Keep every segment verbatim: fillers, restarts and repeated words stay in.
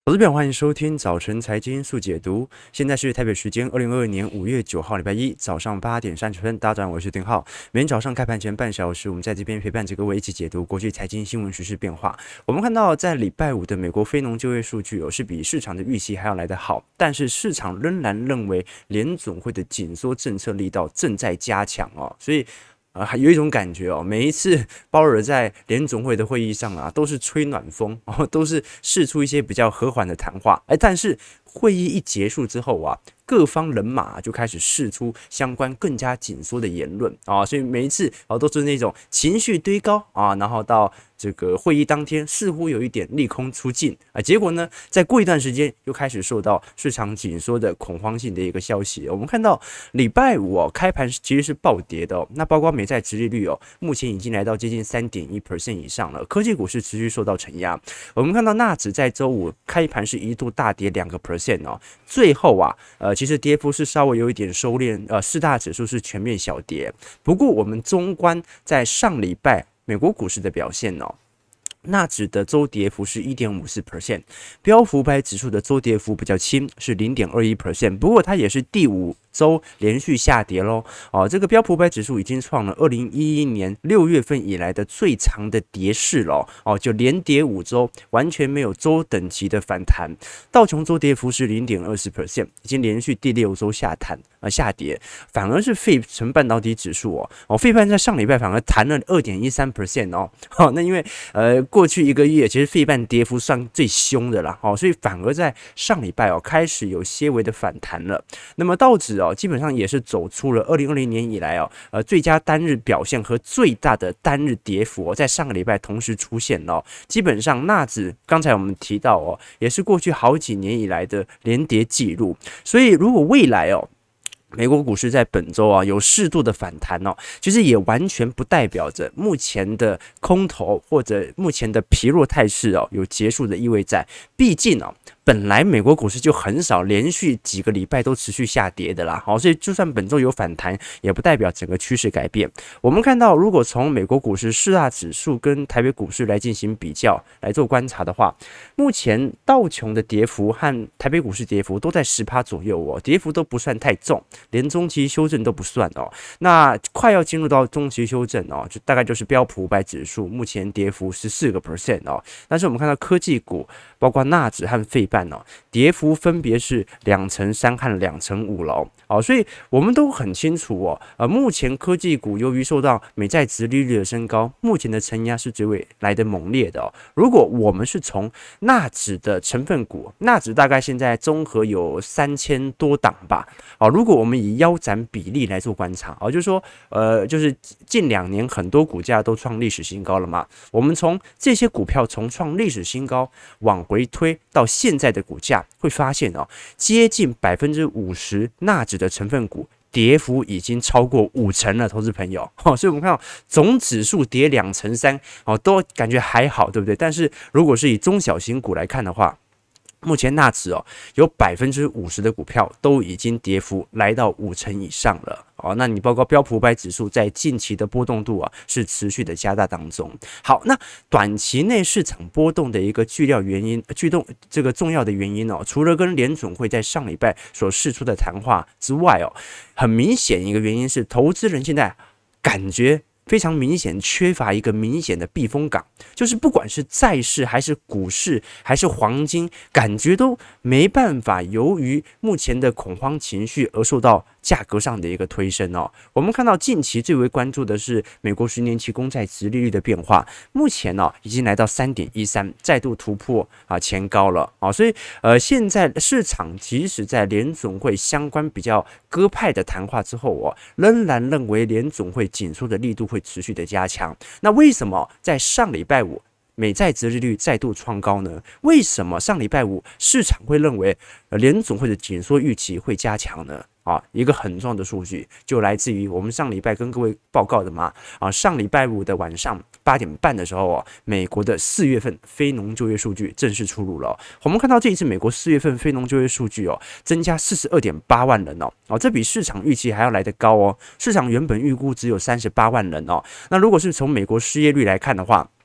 投资朋友，欢迎收听早晨财经速解读。现在是台北时间二零二二年五月九号，礼拜一早上八点三十分。大家早上好，我是丁浩。每天早上开盘前半小时，我们在这边陪伴着各位一起解读国际财经新闻、时事变化。我们看到，在礼拜五的美国非农就业数据哦，是比市场的预期还要来得好，但是市场仍然认为联总会的紧缩政策力道正在加强哦，所以。呃，还有一种感觉哦，每一次鲍尔在联总会的会议上啊，都是吹暖风哦，都是释出一些比较和缓的谈话，哎，但是会议一结束之后啊，各方人马就开始释出相关更加紧缩的言论啊，所以每一次啊都是那种情绪堆高啊，然后到这个会议当天似乎有一点利空出尽啊，结果呢，再过一段时间又开始受到市场紧缩的恐慌性的一个消息。我们看到礼拜五哦，开盘其实是暴跌的哦，那包括美债殖利率哦，目前已经来到接近 百分之三点一 以上了，科技股市持续受到承压。我们看到纳指在周五开盘是一度大跌两个 percent 哦，最后啊，呃，其实跌幅是稍微有一点收敛，呃，四大指数是全面小跌。不过我们纵观在上礼拜美国股市的表现哦。纳指的周跌幅是 百分之一点五四， 标普五百指数的周跌幅比较轻，是 百分之零点二一， 不过它也是第五周连续下跌咯。哦，这个标普五百指数已经创了二零一一年六月份以来的最长的跌势了哦，就连跌五周，完全没有周等级的反弹。道琼周跌幅是 百分之零点二四， 已经连续第六周下弹呃下跌，反而是费城半导体指数哦，哦费半在上礼拜反而弹了 百分之二点一三 哦，哦，那因为呃过去一个月其实费半跌幅算最凶的啦，哦，所以反而在上礼拜哦开始有些微的反弹了。那么道指哦基本上也是走出了二零二零年以来哦呃最佳单日表现和最大的单日跌幅哦，在上个礼拜同时出现了哦，基本上纳指刚才我们提到哦，也是过去好几年以来的连跌记录，所以如果未来哦。美国股市在本周啊有适度的反弹哦，其实也完全不代表着目前的空头或者目前的疲弱态势哦有结束的意味在。毕竟哦，本来美国股市就很少连续几个礼拜都持续下跌的啦，好，所以就算本周有反弹，也不代表整个趋势改变。我们看到，如果从美国股市四大指数跟台北股市来进行比较来做观察的话，目前道琼的跌幅和台北股市跌幅都在 百分之十 左右哦，跌幅都不算太重。连中期修正都不算哦，那快要进入到中期修正哦，就大概就是标普五百指数目前跌幅 百分之十四 哦，但是我们看到科技股，包括纳指和费半哦，跌幅分别是两成三和两成五了哦，所以我们都很清楚哦，呃，目前科技股由于受到美债殖利率的升高，目前的承压是最为来的猛烈的哦。如果我们是从纳指的成分股，纳指大概现在综合有三千多档吧，哦，如果我们以腰斩比例来做观察，哦，就是说，呃，就是近两年很多股价都创历史新高了嘛。我们从这些股票从创历史新高往回推到现在的股价，会发现哦，接近百分之五十纳指的成分股跌幅已经超过五成了，投资朋友。哦，所以我们看到总指数跌两成三，哦，都感觉还好，对不对？但是如果是以中小型股来看的话，目前纳指哦，有 百分之五十 的股票都已经跌幅来到五成以上了哦。那你包括标普五百指数在近期的波动度啊，是持续的加大当中。好，那短期内市场波动的一个巨料原因，巨动这个重要的原因哦，除了跟联总会在上礼拜所释出的谈话之外哦，很明显一个原因是投资人现在感觉。非常明显缺乏一个明显的避风港，就是不管是债市还是股市还是黄金，感觉都没办法由于目前的恐慌情绪而受到价格上的一个推升哦。我们看到近期最为关注的是美国十年期公债殖利率的变化，目前哦已经来到 百分之三点一三， 再度突破啊前高了啊，所以呃现在市场即使在联总会相关比较鸽派的谈话之后哦，仍然认为联总会紧缩的力度会持续的加强。那为什么在上礼拜五美债殖利率再度创高呢？为什么上礼拜五市场会认为联总会的紧缩预期会加强呢？啊，一个很重要的数据就来自于我们上礼拜跟各位报告的嘛。啊，上礼拜五的晚上八点半的时候哦，美国的四月份非农就业数据正式出炉了哦。我们看到这一次美国四月份非农就业数据哦，增加 四十二点八万人哦，哦，这比市场预期还要来得高哦。市场原本预估只有三十八万人哦。那如果是从美国失业率来看的话，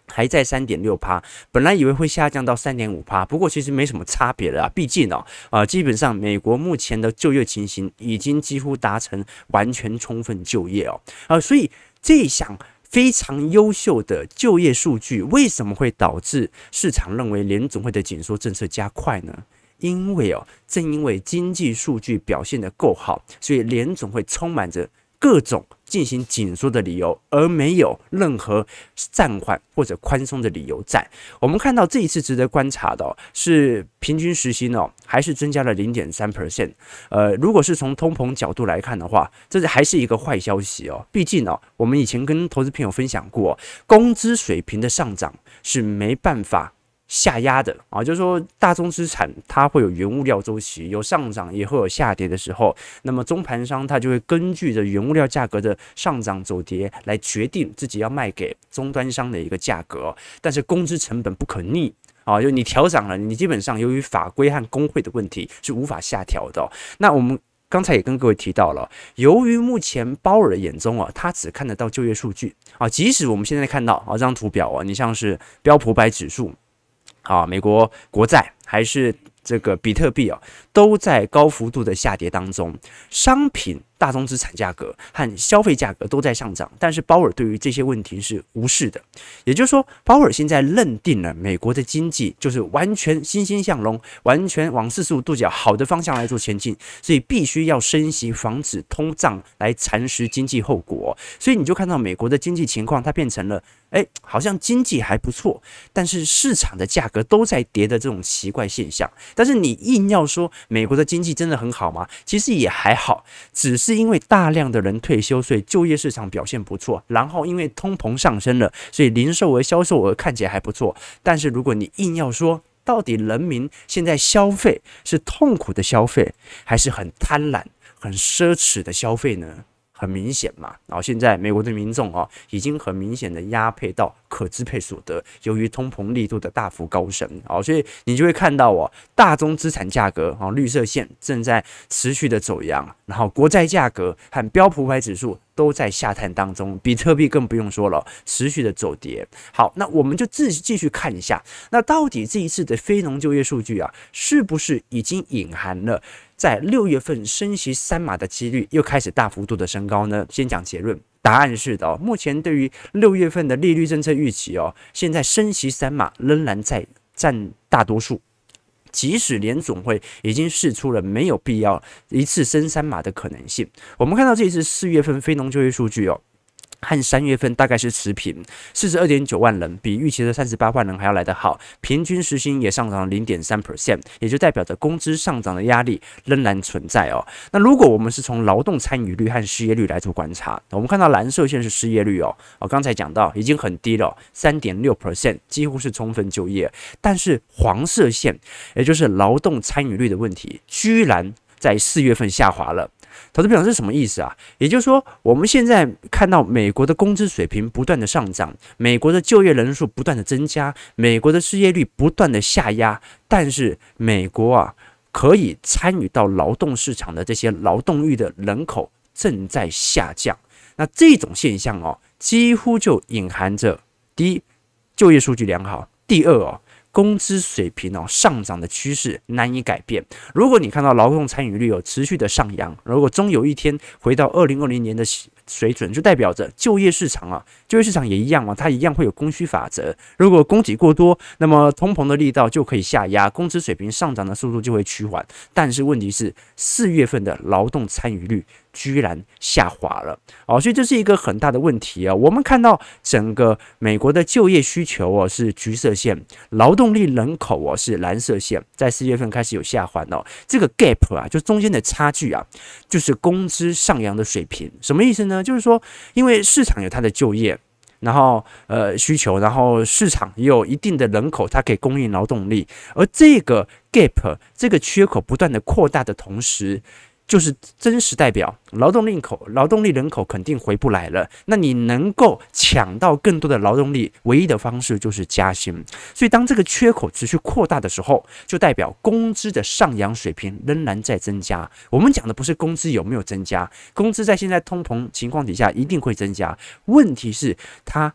还在 百分之三点六， 本来以为会下降到 百分之三点五， 不过其实没什么差别了啊。毕竟哦，呃，基本上美国目前的就业情形已经几乎达成完全充分就业哦，呃，所以这一项非常优秀的就业数据，为什么会导致市场认为联总会的紧缩政策加快呢？因为哦，正因为经济数据表现得够好，所以联总会充满着各种进行紧缩的理由，而没有任何暂缓或者宽松的理由在。我们看到这一次值得观察的、哦、是平均时薪哦，还是增加了 百分之零点三。呃，如果是从通膨角度来看的话，这还是一个坏消息哦。毕竟哦，我们以前跟投资朋友分享过、哦，工资水平的上涨是没办法下压的啊，就是说大宗资产它会有原物料周期，有上涨也会有下跌的时候，那么中盘商他就会根据着原物料价格的上涨走跌来决定自己要卖给终端商的一个价格，但是工资成本不可逆啊，就你调涨了，你基本上由于法规和工会的问题是无法下调的、哦。那我们刚才也跟各位提到了，由于目前鲍尔的眼中啊，他只看得到就业数据啊，即使我们现在看到啊这张图表啊，你像是标普百指数。啊，美国国债还是这个比特币啊，都在高幅度的下跌当中。商品、大宗资产价格和消费价格都在上涨，但是鲍尔对于这些问题是无视的。也就是说，鲍尔现在认定了美国的经济就是完全欣欣向荣，完全往四十五度角好的方向来做前进，所以必须要升息，防止通胀来蚕食经济后果。所以你就看到美国的经济情况，它变成了。哎，好像经济还不错，但是市场的价格都在跌的这种奇怪现象。但是你硬要说美国的经济真的很好吗？其实也还好，只是因为大量的人退休，所以就业市场表现不错。然后因为通膨上升了，所以零售额、销售额看起来还不错。但是如果你硬要说，到底人民现在消费是痛苦的消费，还是很贪婪、很奢侈的消费呢？很明显嘛，然后现在美国的民众哦，已经很明显的压配到可支配所得，由于通膨力度的大幅高升，哦，所以你就会看到哦，大宗资产价格哦，绿色线正在持续的走扬，然后国债价格和标普五百指数都在下探当中，比特币更不用说了，持续的走跌。好，那我们就自己继续看一下，那到底这一次的非农就业数据啊，是不是已经隐含了？在六月份升息三码的几率又开始大幅度的升高呢？先讲结论，答案是的哦。目前对于六月份的利率政策预期哦，现在升息三码仍然在占大多数。即使联总会已经释出了没有必要一次升三码的可能性，我们看到这一次四月份非农就业数据哦。和三月份大概是持平， 四十二点九万人，比预期的三十八万人还要来得好，平均时薪也上涨了 零点三 percent， 也就代表着工资上涨的压力仍然存在哦。那如果我们是从劳动参与率和失业率来做观察，我们看到蓝色线是失业率哦，哦刚才讲到已经很低了 三点六 percent， 几乎是充分就业，但是黄色线也就是劳动参与率的问题，居然在四月份下滑了。投资朋友是什么意思啊？也就是说，我们现在看到美国的工资水平不断的上涨，美国的就业人数不断的增加，美国的失业率不断的下压，但是美国啊，可以参与到劳动市场的这些劳动力的人口正在下降。那这种现象哦，几乎就隐含着第一，就业数据良好；第二哦。工资水平哦上涨的趋势难以改变。如果你看到劳动参与率有持续的上扬，如果终有一天回到二零二零年的水准，就代表着就业市场啊，就业市场也一样嘛，它一样会有供需法则。如果供给过多，那么通膨的力道就可以下压，工资水平上涨的速度就会趋缓。但是问题是，四月份的劳动参与率居然下滑了哦，所以这是一个很大的问题啊。我们看到整个美国的就业需求哦是橘色线，劳动力人口哦是蓝色线，在四月份开始有下滑哦。这个 gap 啊，就中间的差距啊，就是工资上扬的水平。什么意思呢？就是说，因为市场有它的就业。然后呃需求，然后市场也有一定的人口，它可以供应劳动力，而这个 gap 这个缺口不断的扩大的同时，就是真实代表劳动力口劳动力人口肯定回不来了。那你能够抢到更多的劳动力，唯一的方式就是加薪。所以当这个缺口持续扩大的时候，就代表工资的上扬水平仍然在增加。我们讲的不是工资有没有增加，工资在现在通膨情况底下一定会增加，问题是它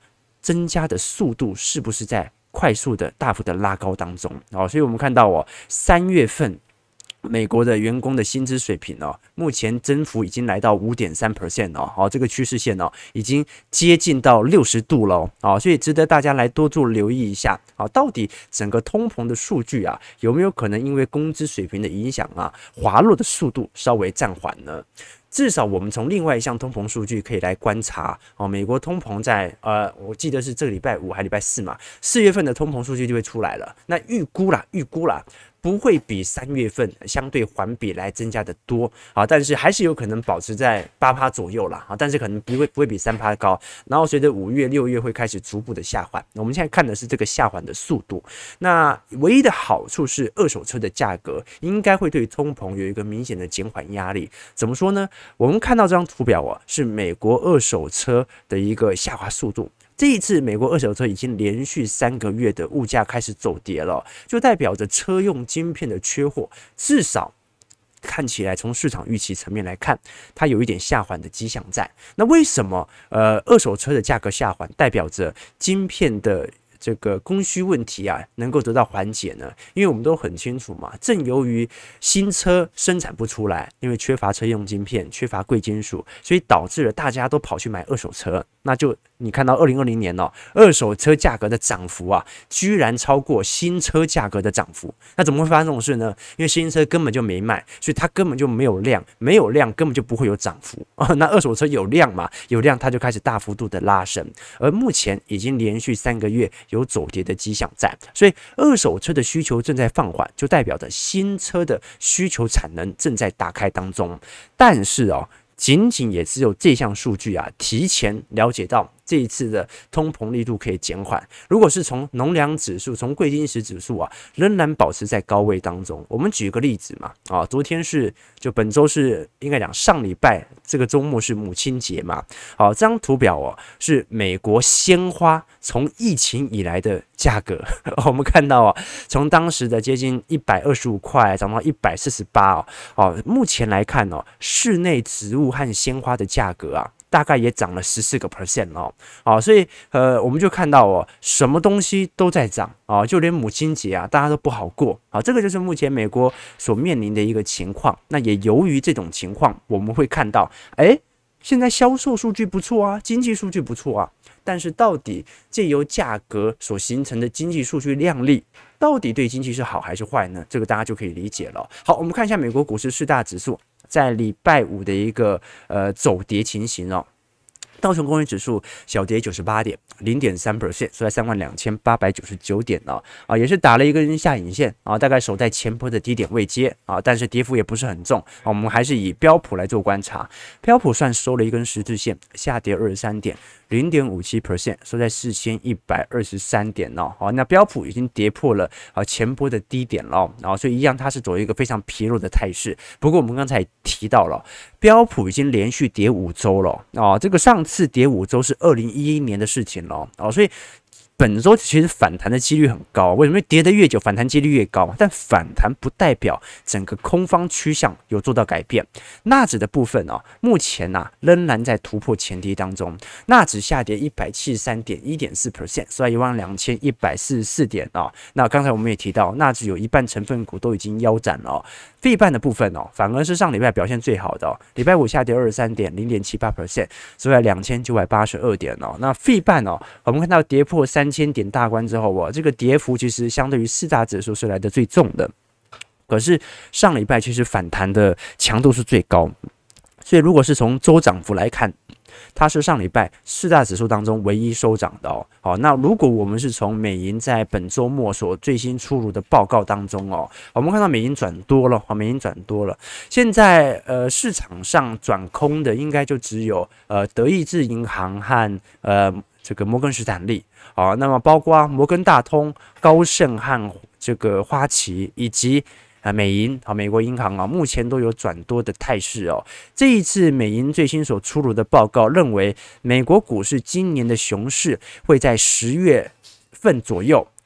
增加的速度是不是在快速的大幅的拉高当中？哦，所以我们看到哦，三月份美国的员工的薪资水平哦，目前增幅已经来到 百分之五点三 哦，好，这个趋势线哦，已经接近到六十度了哦，所以值得大家来多做留意一下啊，到底整个通膨的数据啊，有没有可能因为工资水平的影响啊，滑落的速度稍微暂缓呢？至少我们从另外一项通膨数据可以来观察哦，美国通膨在呃，我记得是这个礼拜五还礼拜四嘛，四月份的通膨数据就会出来了。那预估啦，预估啦，不会比三月份相对环比来增加的多啊，但是还是有可能保持在八趴左右啦啊，但是可能不会不会比三趴高。然后随着五月、六月会开始逐步的下缓。我们现在看的是这个下缓的速度。那唯一的好处是，二手车的价格应该会对通膨有一个明显的减缓压力。怎么说呢？我们看到这张图表啊，是美国二手车的一个下滑速度。这一次，美国二手车已经连续三个月的物价开始走跌了，就代表着车用晶片的缺货，至少看起来从市场预期层面来看，它有一点下缓的迹象在。那为什么呃二手车的价格下缓，代表着晶片的这个供需问题啊，能够得到缓解呢？因为我们都很清楚嘛，正由于新车生产不出来，因为缺乏车用晶片，缺乏贵金属，所以导致了大家都跑去买二手车。那就你看到二零二零年哦，二手车价格的涨幅啊，居然超过新车价格的涨幅。那怎么会发生这种事呢？因为新车根本就没卖，所以它根本就没有量，没有量根本就不会有涨幅啊。那二手车有量嘛，有量它就开始大幅度的拉升，而目前已经连续三个月有走跌的迹象在，所以二手车的需求正在放缓，就代表着新车的需求产能正在打开当中。但是哦，仅仅也只有这项数据啊，提前了解到这一次的通膨力度可以减缓。如果是从农粮指数、从贵金属指数啊，仍然保持在高位当中。我们举个例子嘛，啊，昨天是就本周是应该讲上礼拜这个周末是母亲节嘛，好，这张图表哦是美国鲜花从疫情以来的价格，我们看到啊，从当时的接近一百二十五块涨到一百四十八哦，哦，目前来看哦，室内植物和鲜花的价格啊，大概也涨了十四个 percent 哦，好，所以呃，我们就看到哦，什么东西都在涨啊，就连母亲节啊，大家都不好过啊，这个就是目前美国所面临的一个情况。那也由于这种情况，我们会看到，哎，现在销售数据不错啊，经济数据不错啊，但是到底借由价格所形成的经济数据量力，到底对经济是好还是坏呢？这个大家就可以理解了。好，我们看一下美国股市四大指数在礼拜五的一个呃走跌情形哦。道琼工业指数小跌九十八点，零点三 percent， 收在三万两千八百九十九点哦，啊，也是打了一根下影线啊，大概守在前波的低点位阶啊，但是跌幅也不是很重啊。我们还是以标普来做观察，标普算收了一根十字线，下跌二十三点，零点五七 percent， 收在四千一百二十三点哦。好，那标普已经跌破了啊前波的低点了，然后所以一样它是走一个非常疲弱的态势。不过我们刚才提到了，标普已经连续跌五周了啊，这个上次。次跌五周是二零一一年的事情了哦，所以本周其实反弹的几率很高。为什么？跌得越久，反弹几率越高。但反弹不代表整个空方趋向有做到改变。纳指的部分哦，目前呐、啊、仍然在突破前低当中。纳指下跌一百七十三点一点四 percent， 收在一万两千一百四十四点哦。那刚才我们也提到，纳指有一半成分股都已经腰斩了、哦。费半的部分哦，反而是上礼拜表现最好的哦。礼拜五下跌二十三点零点七八 percent， 收在两千九百八十二点哦。那费半哦，我们看到跌破三千点大关之后哦，这个跌幅其实相对于四大指数是来的最重的。可是上礼拜其实反弹的强度是最高，所以如果是从周涨幅来看，它是上礼拜四大指数当中唯一收涨的哦。好，那如果我们是从美银在本周末所最新出炉的报告当中哦，我们看到美银转多了，美银转多了。现在呃市场上转空的应该就只有呃德意志银行和呃这个摩根士丹利。好，那么包括摩根大通、高盛和这个花旗以及。啊，美银啊，美国银行啊，目前都有转多的态势哦。这一次美银最新所出炉的报告认为，美国股市今年的熊市会在十月份左右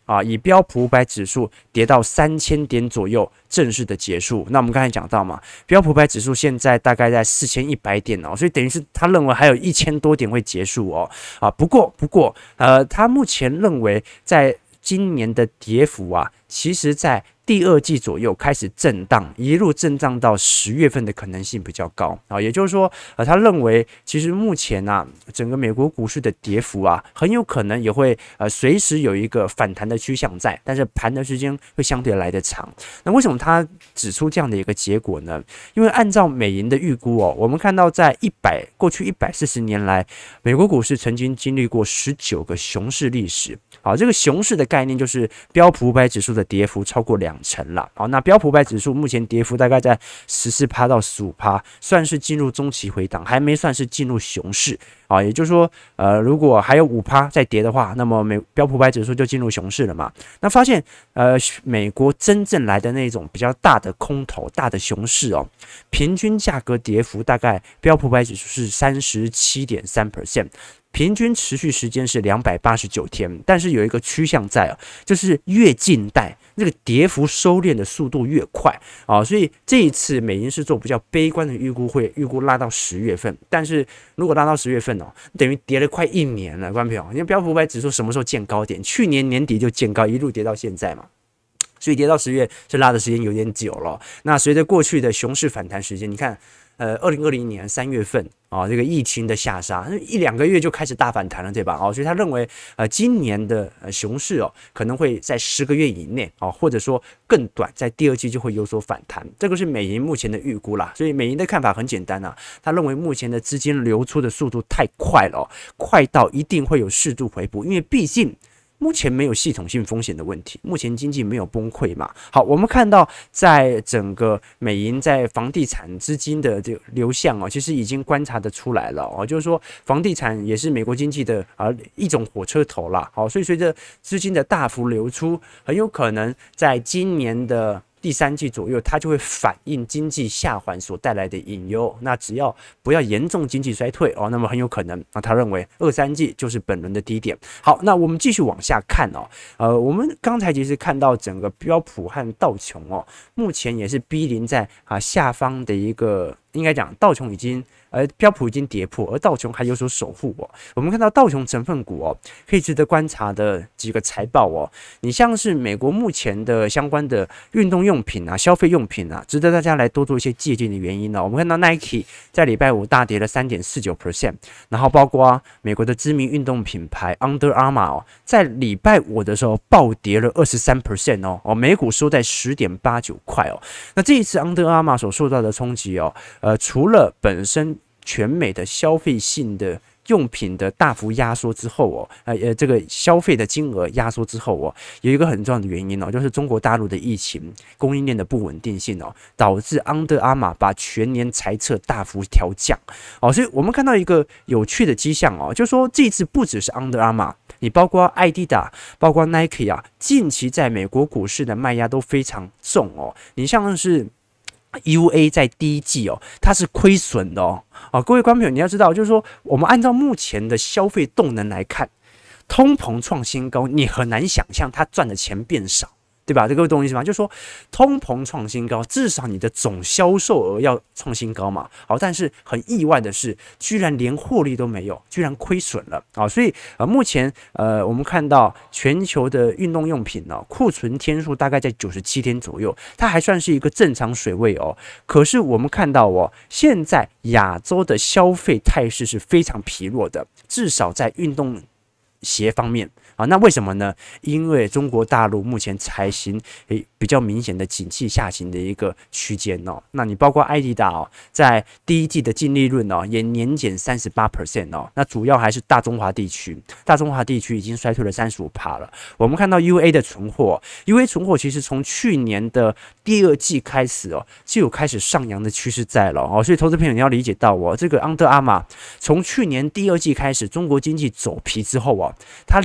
啊，以标普五百指数跌到三千点左右正式的结束。那我们刚才讲到嘛，标普五百指数现在大概在四千一百点哦，所以等于是他认为还有一千多点会结束哦。啊，不过不过呃，他目前认为在今年的跌幅啊，其实在第二季左右开始震荡，一路震荡到十月份的可能性比较高啊，也就是说，呃，他认为其实目前啊，整个美国股市的跌幅啊，很有可能也会呃随时有一个反弹的趋向在，但是盘的时间会相对来得长。那为什么他指出这样的一个结果呢？因为按照美银的预估哦，我们看到在一百过去一百四十年来，美国股市曾经经历过十九个熊市历史。好，这个熊市的概念就是标普五百指数的跌幅超过两成了。好，那标普五百指数目前跌幅大概在 百分之十四 到 百分之十五， 算是进入中期回档，还没算是进入熊市。啊，也就是说，呃，如果还有 百分之五 再跌的话，那么美标普五百指数就进入熊市了嘛。那发现，呃，美国真正来的那种比较大的空头、大的熊市哦，平均价格跌幅大概标普五百指数是 百分之三十七点三。平均持续时间是两百八十九天，但是有一个趋向在啊，就是越近代那个跌幅收敛的速度越快啊，所以这一次美银是做比较悲观的预估，会预估拉到十月份，但是如果拉到十月份哦，等于跌了快一年了，观众朋友，因为标普五百指数什么时候见高点？去年年底就见高，一路跌到现在嘛。所以跌到十月，这拉的时间有点久了。那随着过去的熊市反弹时间，你看，呃，二零二零年三月份啊、哦，这个疫情的下杀，一两个月就开始大反弹了，对吧？哦，所以他认为，呃，今年的呃熊市哦，可能会在十个月以内哦，或者说更短，在第二季就会有所反弹。这个是美银目前的预估啦。所以美银的看法很简单啊，他认为目前的资金流出的速度太快了、哦，快到一定会有适度回补，因为毕竟。目前没有系统性风险的问题，目前经济没有崩溃嘛。好，我们看到在整个美银在房地产资金的这个流向哦，其实已经观察得出来了哦，就是说房地产也是美国经济的啊一种火车头啦。好，所以随着资金的大幅流出，很有可能在今年的第三季左右，它就会反映经济下滑所带来的隐忧。那只要不要严重经济衰退哦，那么很有可能，那他认为二三季就是本轮的低点。好，那我们继续往下看哦。呃，我们刚才其实看到整个标普和道琼哦，目前也是逼临在啊下方的一个，应该讲道琼已经。而标普已经跌破，而道琼还有所守护哦。我们看到道琼成分股哦，可以值得观察的几个财报哦。你像是美国目前的相关的运动用品啊、消费用品啊，值得大家来多做一些借鉴的原因呢、哦。我们看到 Nike 在礼拜五大跌了 百分之三点四九， 然后包括美国的知名运动品牌 Under Armour 哦，在礼拜五的时候暴跌了 百分之二十三 哦，哦，每股收在 十点八九块哦。那这一次 Under Armour 所受到的冲击哦，呃，除了本身全美的消费性的用品的大幅压缩之后哦，呃呃，这个消费的金额压缩之后哦，有一个很重要的原因哦，就是中国大陆的疫情、供应链的不稳定性哦，导致 Under Armour 把全年财测大幅调降哦，所以我们看到一个有趣的迹象哦，就是说这次不只是 Under Armour， 你包括 Adidas、包括 Nike 啊，近期在美国股市的卖压都非常重哦，你像是。U A 在第一季哦，它是亏损的哦。啊，各位观众朋友，你要知道，就是说，我们按照目前的消费动能来看，通膨创新高，你很难想象它赚的钱变少。对吧？这个懂我意思吗？就是说，通膨创新高，至少你的总销售额要创新高嘛。好，但是很意外的是，居然连获利都没有，居然亏损了啊！所以呃，目前呃，我们看到全球的运动用品呢、哦，库存天数大概在九十七天左右，它还算是一个正常水位哦。可是我们看到哦，现在亚洲的消费态势是非常疲弱的，至少在运动鞋方面。啊，那为什么呢？因为中国大陆目前采行诶比较明显的景气下行的一个区间哦。那你包括艾迪达哦，在第一季的净利润哦也年减 百分之三十八 哦。那主要还是大中华地区，大中华地区已经衰退了 百分之三十五 了。我们看到 U A 的存货 ，U A 存货其实从去年的第二季开始哦，就有开始上扬的趋势在了哦。所以投资朋友你要理解到哦，这个 Under Armour 从去年第二季开始，中国经济走皮之后哦，它里面的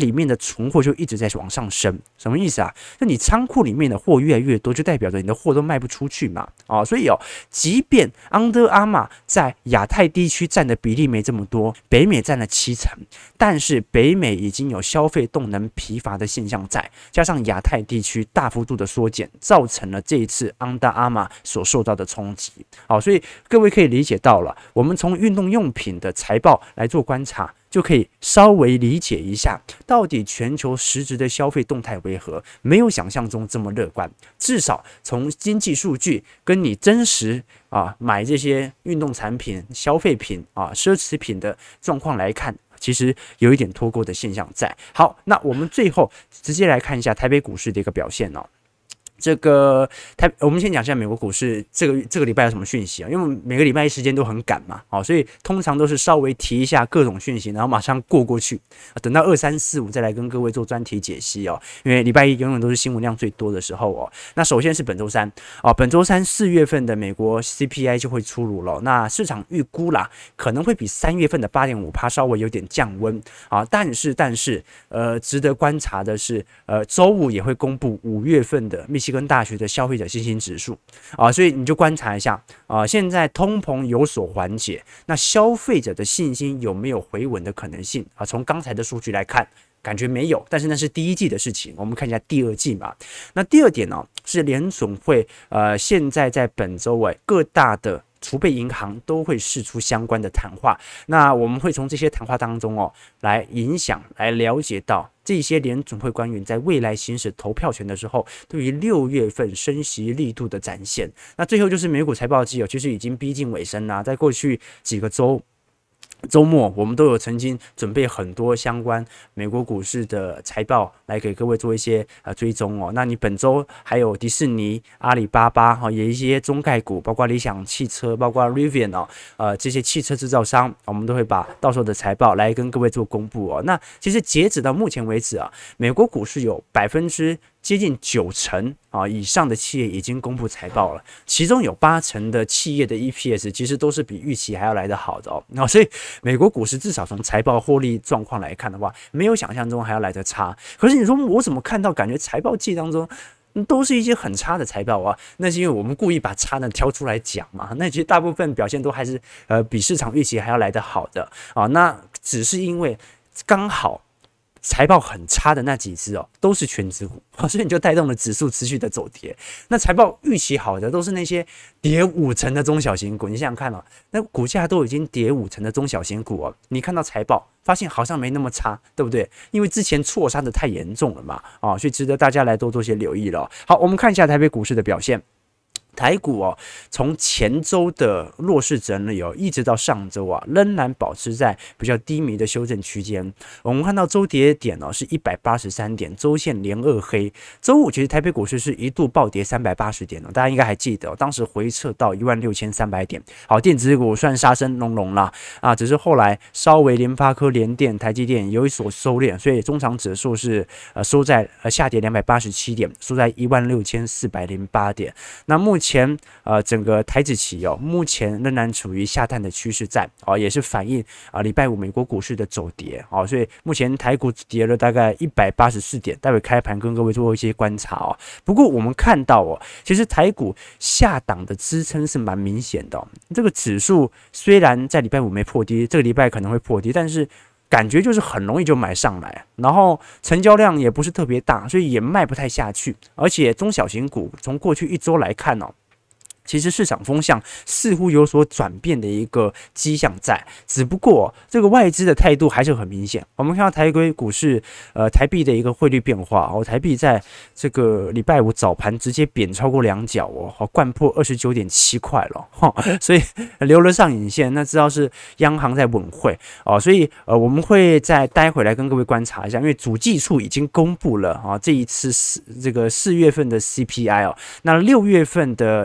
存货就一直在往上升。什么意思啊？那你仓库里面的货越来越多，就代表着你的货都卖不出去嘛。啊，所以哦，即便 Under Armour 在亚太地区占的比例没这么多，北美占了七成，但是北美已经有消费动能疲乏的现象在，加上亚太地区大幅度的缩减，造成了这一次 Under Armour 所受到的冲击。好，所以各位可以理解到了，我们从运动用品的财报来做观察，就可以稍微理解一下，到底全球实质的消费动态为何？没有想象中这么乐观。至少从经济数据跟你真实啊买这些运动产品、消费品啊、奢侈品的状况来看，其实有一点脱钩的现象在。好，那我们最后直接来看一下台北股市的一个表现哦。这个台，我们先讲一下美国股市这个这个礼拜有什么讯息啊？因为每个礼拜时间都很赶嘛，好，所以通常都是稍微提一下各种讯息，然后马上过过去，等到二三四五再来跟各位做专题解析哦。因为礼拜一永远都是新闻量最多的时候哦。那首先是本周三哦，本周三四月份的美国 C P I 就会出炉了。那市场预估啦，可能会比三月份的 八点五趴 稍微有点降温啊，但是但是呃，值得观察的是，呃，周五也会公布五月份的密西跟大学的消费者信心指数啊，所以你就观察一下啊，现在通膨有所缓解，那消费者的信心有没有回稳的可能性啊？从刚才的数据来看，感觉没有，但是那是第一季的事情，我们看一下第二季嘛。那第二点呢、哦，是联总会呃，现在在本周哎各大的储备银行都会释出相关的谈话，那我们会从这些谈话当中哦，来影响、来了解到这些联准会官员在未来行使投票权的时候，对于六月份升息力度的展现。那最后就是美股财报季哦，其实已经逼近尾声啦，在过去几个周。周末我们都有曾经准备很多相关美国股市的财报来给各位做一些呃追踪哦。那你本周还有迪士尼、阿里巴巴哈，也一些中概股，包括理想汽车、包括 Rivian 哦，呃这些汽车制造商，我们都会把到时候的财报来跟各位做公布哦。那其实截止到目前为止啊，美国股市有百分之接近九成啊以上的企业已经公布财报了，其中有八成的企业的 E P S 其实都是比预期还要来得好的哦。那所以美国股市至少从财报获利状况来看的话，没有想象中还要来得差。可是你说我怎么看到感觉财报季当中都是一些很差的财报啊？那是因为我们故意把差的挑出来讲嘛。那其实大部分表现都还是呃比市场预期还要来得好的啊。那只是因为刚好财报很差的那几只哦，都是全指股，所以你就带动了指数持续的走跌。那财报预期好的都是那些跌五成的中小型股，你想想看哦，那股价都已经跌五成的中小型股哦，你看到财报发现好像没那么差，对不对？因为之前错杀的太严重了嘛，啊，所以值得大家来多做些留意了。好，我们看一下台北股市的表现。台股哦，从前周的弱势整理哦，一直到上周啊，仍然保持在比较低迷的修正区间。我们看到周跌点哦是一百八十三点，周线连二黑。周五其实台北股市是一度暴跌三百八十点哦，大家应该还记得、哦，当时回撤到一万六千三百点。好，电子股算杀声隆隆啦啊，只是后来稍微联发科、联电、台积电有所收敛，所以中场指数是呃收在呃下跌两百八十七点，收在一万六千四百零八点。那目前前呃整个台指期哦，目前仍然处于下探的趋势在哦，也是反映啊礼拜五美国股市的走跌哦，所以目前台股跌了大概一百八十四点，待会开盘跟各位做一些观察哦。不过我们看到哦，其实台股下档的支撑是蛮明显的、哦，这个指数虽然在礼拜五没破低，这个礼拜可能会破低，但是感觉就是很容易就买上来，然后成交量也不是特别大，所以也卖不太下去。而且中小型股从过去一周来看哦，其实市场风向似乎有所转变的一个迹象在，只不过这个外资的态度还是很明显。我们看到台股股市，呃，台币的一个汇率变化哦，台币在这个礼拜五早盘直接贬超过两角哦，哦掼破二十九点七块了哈，所以留了上影线，那知道是央行在稳汇哦，所以呃我们会再待会来跟各位观察一下，因为主计处已经公布了啊、哦、这一次四这个四月份的 C P I 哦，那六月份的央行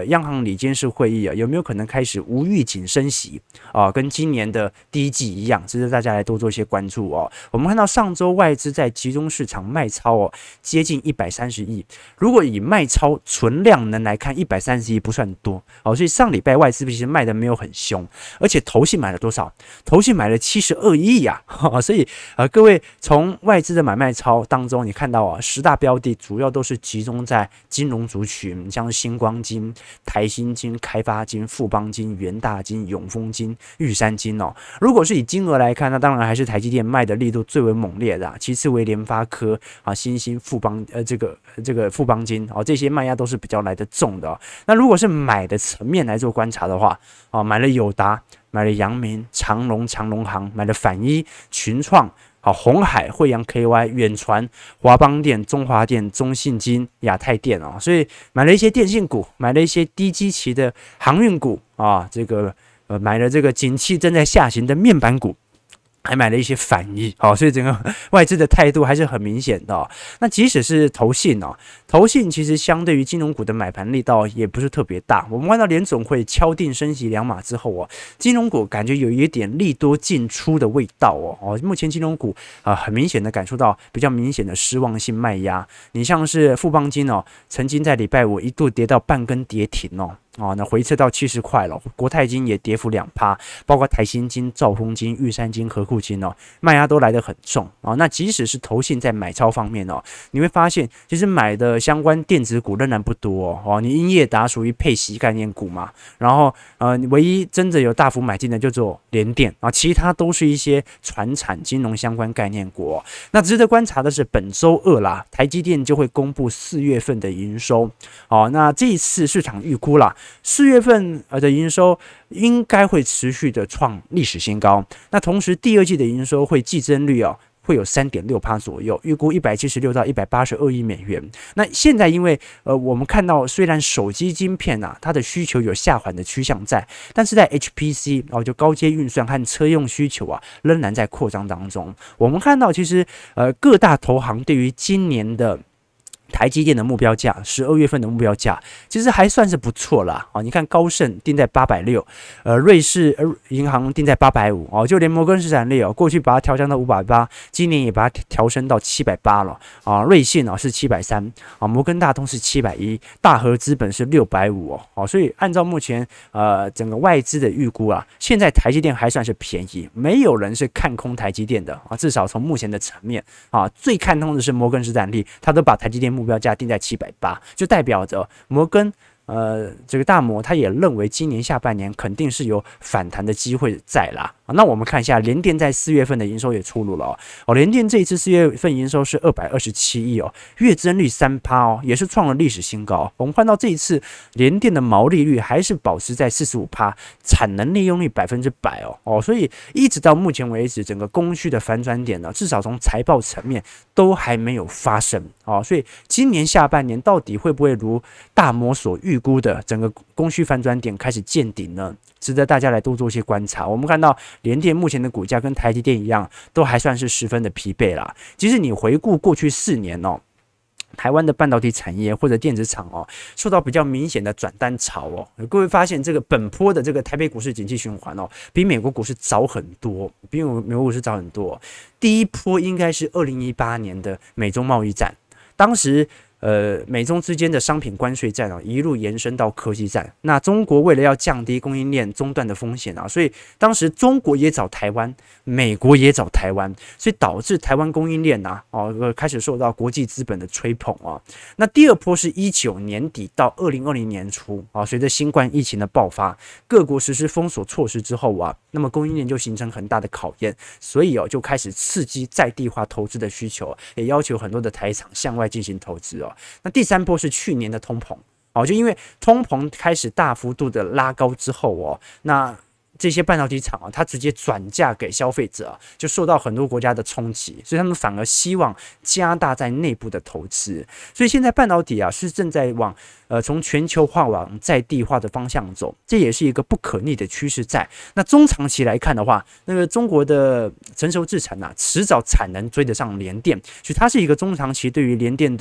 理监事会议啊，有没有可能开始无预警升息啊？跟今年的第一季一样，值得大家来多做一些关注哦。我们看到上周外资在集中市场卖超哦，接近一百三十亿。如果以卖超存量能来看，一百三十亿不算多哦，所以上礼拜外资其实卖的没有很凶，而且投信买了多少？投信买了七十二亿呀，所以呃，各位从外资的买卖超当中，你看到啊，十大标的主要都是集中在金融族群，像是星光金、台新金、开发金、富邦金、元大金、永丰金、玉山金哦。如果是以金额来看，那当然还是台积电卖的力度最为猛烈的、啊，其次为联发科啊、新兴、富邦呃这个这个富邦金哦，这些卖压都是比较来得重的、哦。那如果是买的层面来做观察的话，哦，买了友达，买了阳明、长荣、长荣行，买了反一、群创。好，鸿海、惠阳 K Y、远传、华邦电、中华电、中信金、亚太电哦，所以买了一些电信股，买了一些低基期的航运股啊，这个呃买了这个景气正在下行的面板股。还买了一些反一，好，所以整个外资的态度还是很明显的、哦。那即使是投信哦，投信其实相对于金融股的买盘力道也不是特别大。我们看到联总会敲定升息两码之后哦，金融股感觉有一点利多进出的味道哦。哦，目前金融股啊、呃，很明显的感受到比较明显的失望性卖压。你像是富邦金哦，曾经在礼拜五一度跌到半根跌停哦。哦，那回撤到七十块了，国泰金也跌幅两趴，包括台新金、兆丰金、玉山金、和库金哦，卖压都来得很重哦。那即使是投信在买超方面哦，你会发现其实买的相关电子股仍然不多哦。哦你英业达属于配息概念股嘛，然后呃，唯一真的有大幅买进的就只有联电啊，其他都是一些传产金融相关概念股、哦。那值得观察的是，本周二啦，台积电就会公布四月份的营收哦。那这一次市场预估啦。四月份的营收应该会持续的创历史新高，那同时第二季的营收会季增率哦。会有 百分之三点六 左右，预估一百七十六到一百八十二亿美元。那现在因为呃我们看到虽然手机晶片啊它的需求有下滑的趋向在，但是在 H P C 哦就高阶运算和车用需求啊仍然在扩张当中。我们看到其实呃各大投行对于今年的台积电的目标价，十二月份的目标价其实还算是不错啦。哦，你看高盛定在八百六十，呃，瑞士银行定在八百五十，哦，就连摩根士丹利哦，过去把它调降到五百八十，今年也把它调升到七百八十了。啊，瑞信哦是七百三十，啊，摩根大通是七百一十，大和资本是六百五十哦。哦，所以按照目前呃整个外资的预估啊，现在台积电还算是便宜，没有人是看空台积电的啊，至少从目前的层面啊，最看空的是摩根士丹利，他都把台积电目标价定在七百八十，就代表着摩根呃这个大摩他也认为今年下半年肯定是有反弹的机会在啦。啊，那我们看一下联电在四月份的营收也出炉了哦。哦，联电这一次四月份营收是二百二十七亿哦，月增率 百分之三 哦，也是创了历史新高、哦。我们看到这一次联电的毛利率还是保持在 百分之四十五， 产能利用率百分之百哦。哦，所以一直到目前为止，整个供需的反转点呢，至少从财报层面都还没有发生哦。所以今年下半年到底会不会如大摩所预估的整个供需反转点开始见顶呢？值得大家来多做一些观察。我们看到联电目前的股价跟台积电一样，都还算是十分的疲惫啦。其实你回顾过去四年哦，台湾的半导体产业或者电子厂哦，受到比较明显的转单潮哦。各位发现这个本波的这个台北股市景气循环哦，比美国股市早很多，比美国股市早很多。第一波应该是二零一八年的美中贸易战，当时。呃，美中之间的商品关税战啊，一路延伸到科技战。那中国为了要降低供应链中断的风险啊，所以当时中国也找台湾，美国也找台湾，所以导致台湾供应链啊，哦，开始受到国际资本的吹捧啊。那第二波是一九年底到二零二零年初啊，随着新冠疫情的爆发，各国实施封锁措施之后啊，那么供应链就形成很大的考验，所以哦，就开始刺激在地化投资的需求，也要求很多的台厂向外进行投资哦。那第三波是去年的通膨哦，就因为通膨开始大幅度的拉高之后哦，那这些半导体厂啊，它直接转嫁给消费者、啊，就受到很多国家的冲击，所以他们反而希望加大在内部的投资。所以现在半导体啊是正在往呃从全球化往在地化的方向走，这也是一个不可逆的趋势在。那中长期来看的话，那个中国的成熟制程啊，迟早产能追得上联电，所以它是一个中长期对于联电的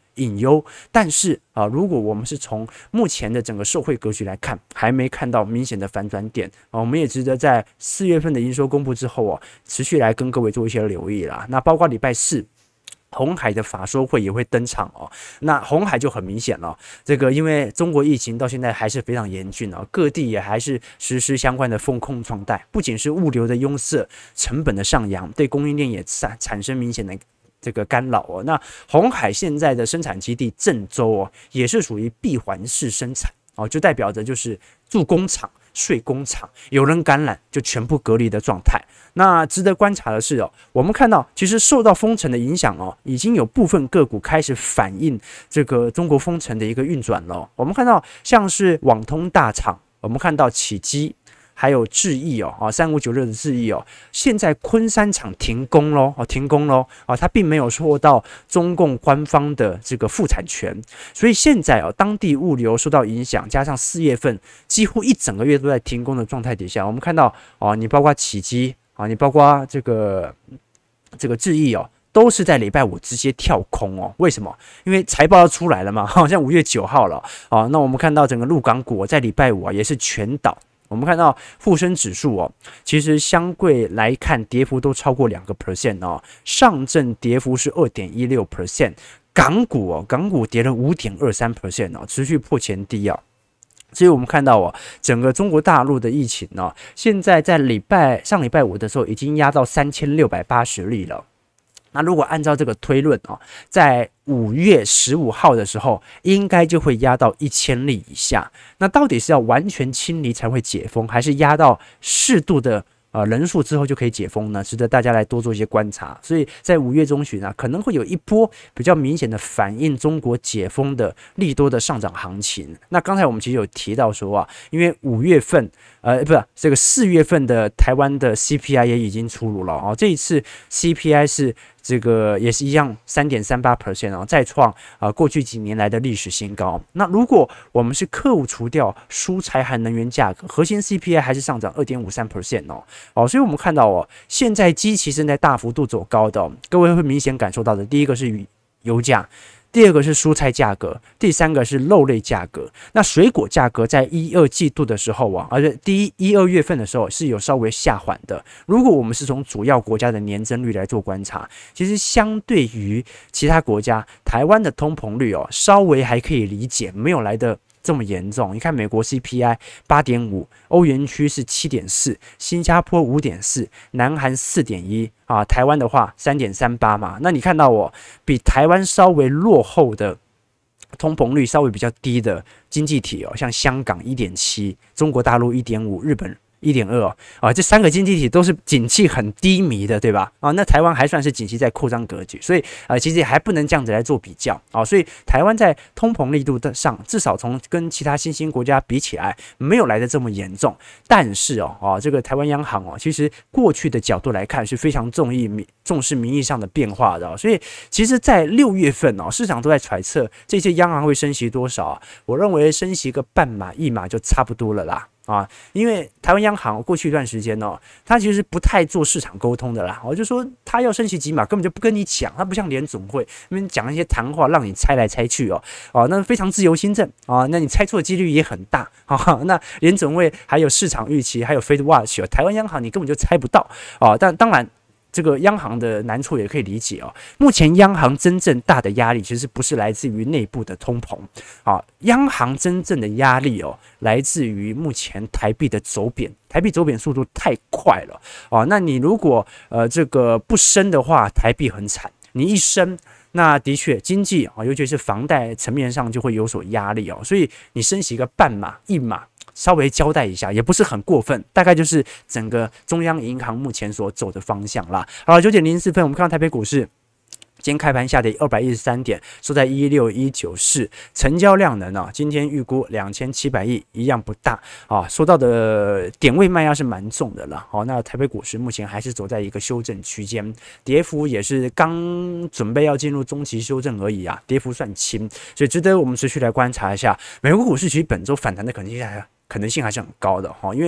隐忧。但是啊，如果我们是从目前的整个社会格局来看，还没看到明显的反转点啊，我们也值得在四月份的营收公布之后哦，持续来跟各位做一些留意啦。那包括礼拜四。鸿海的法说会也会登场哦，那鸿海就很明显了，这个因为中国疫情到现在还是非常严峻哦，各地也还是实施相关的风控状态，不仅是物流的拥塞、成本的上扬，对供应链也产产生明显的这个干扰哦。那鸿海现在的生产基地郑州哦，也是属于闭环式生产哦，就代表着就是住工厂。睡工厂，有人感染就全部隔离的状态。那值得观察的是哦，我们看到其实受到封城的影响哦，已经有部分个股开始反映这个中国封城的一个运转了。我们看到像是网通大厂，我们看到启基。还有智毅哦，啊三五九六的智毅哦，现在昆山厂停工喽，哦停工喽，啊它并没有受到中共官方的这个复产权，所以现在哦当地物流受到影响，加上四月份几乎一整个月都在停工的状态底下，我们看到哦，你包括启基啊，你包括这个这个智毅哦。都是在礼拜五直接跳空哦，为什么？因为财报要出来了嘛，好像五月九号了啊。那我们看到整个陆港股在礼拜五啊也是全倒。我们看到沪深指数哦，其实相对来看跌幅都超过两个 percent 哦，上证跌幅是二点一六 percent， 港股哦，港股跌了五点二三 percent 哦，持续破前低啊。所以我们看到哦，整个中国大陆的疫情呢、哦，现在在礼拜上礼拜五的时候已经压到三千六百八十例了。那如果按照这个推论哦，在五月十五号的时候，应该就会压到一千例以下。那到底是要完全清理才会解封，还是压到适度的呃人数之后就可以解封呢？值得大家来多做一些观察。所以在五月中旬啊，可能会有一波比较明显的反映中国解封的利多的上涨行情。那刚才我们其实有提到说啊，因为五月份呃不是这个四月份的台湾的 C P I 也已经出炉了哦，这一次 C P I 是。这个也是一样 百分之三点三八 哦，再创啊、呃、过去几年来的历史新高。那如果我们是扣除掉蔬菜和能源价格，核心 C P I 还是上涨 百分之二点五三 哦。哦，所以我们看到哦，现在基期正在大幅度走高的、哦，各位会明显感受到的，第一个是油价。第二个是蔬菜价格，第三个是肉类价格。那水果价格在一二季度的时候啊，而且第一一二月份的时候是有稍微下缓的。如果我们是从主要国家的年增率来做观察，其实相对于其他国家，台湾的通膨率哦，稍微还可以理解，没有来的这么严重。你看美国 C P I 八点五，欧元区是七点四，新加坡五点四，南韩四点一啊，台湾的话 三点三八 嘛。那你看到我比台湾稍微落后的通膨率稍微比较低的经济体哦，像香港 一点七，中国大陆 一点五，日本一点二 啊，这三个经济体都是景气很低迷的，对吧？啊，那台湾还算是景气在扩张格局，所以呃，其实还不能这样子来做比较啊。所以台湾在通膨力度上，至少从跟其他新兴国家比起来，没有来的这么严重。但是哦，啊，这个台湾央行哦，其实过去的角度来看是非常重意重视名义上的变化的、哦，所以其实，在六月份哦，市场都在揣测这些央行会升息多少、啊，我认为升息个半码一码就差不多了啦。啊，因为台湾央行过去一段时间哦，它其实不太做市场沟通的啦。我就说它要升息几码，根本就不跟你讲，它不像联总会那边讲一些谈话，让你猜来猜去哦。哦，那非常自由心证啊，那你猜错的几率也很大啊。那联总会还有市场预期，还有 Fed Watch，、哦、台湾央行你根本就猜不到啊。但当然。这个央行的难处也可以理解哦。目前央行真正大的压力其实不是来自于内部的通膨啊，央行真正的压力哦，来自于目前台币的走贬，台币走贬速度太快了啊。那你如果呃这个不升的话，台币很惨；你一升，那的确经济啊，尤其是房贷层面上就会有所压力哦。所以你升息个半码、一码。稍微交代一下，也不是很过分，大概就是整个中央银行目前所走的方向啦。好了，九点零四分，我们看到台北股市。今天开盘下跌二百一十三点，收在一六一九四，成交量能啊，今天预估两千七百亿，一样不大啊。说到的点位卖压是蛮重的了。好、哦，那台北股市目前还是走在一个修正区间，跌幅也是刚准备要进入中期修正而已啊，跌幅算轻，所以值得我们持续来观察一下。美国股市其实本周反弹的可能性还可能性还是很高的哈，因为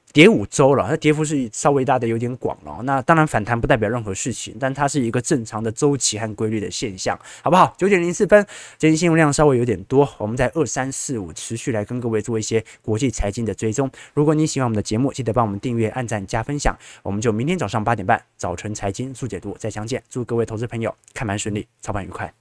跌五周了，那跌幅是稍微拉的有点广了。那当然反弹不代表任何事情，但它是一个正常的周期和规律的现象，好不好？九点零四分，今天新闻量稍微有点多，我们在二三四五持续来跟各位做一些国际财经的追踪。如果你喜欢我们的节目，记得帮我们订阅、按赞、加分享。我们就明天早上八点半早晨财经速解读再相见。祝各位投资朋友看盘顺利，操盘愉快。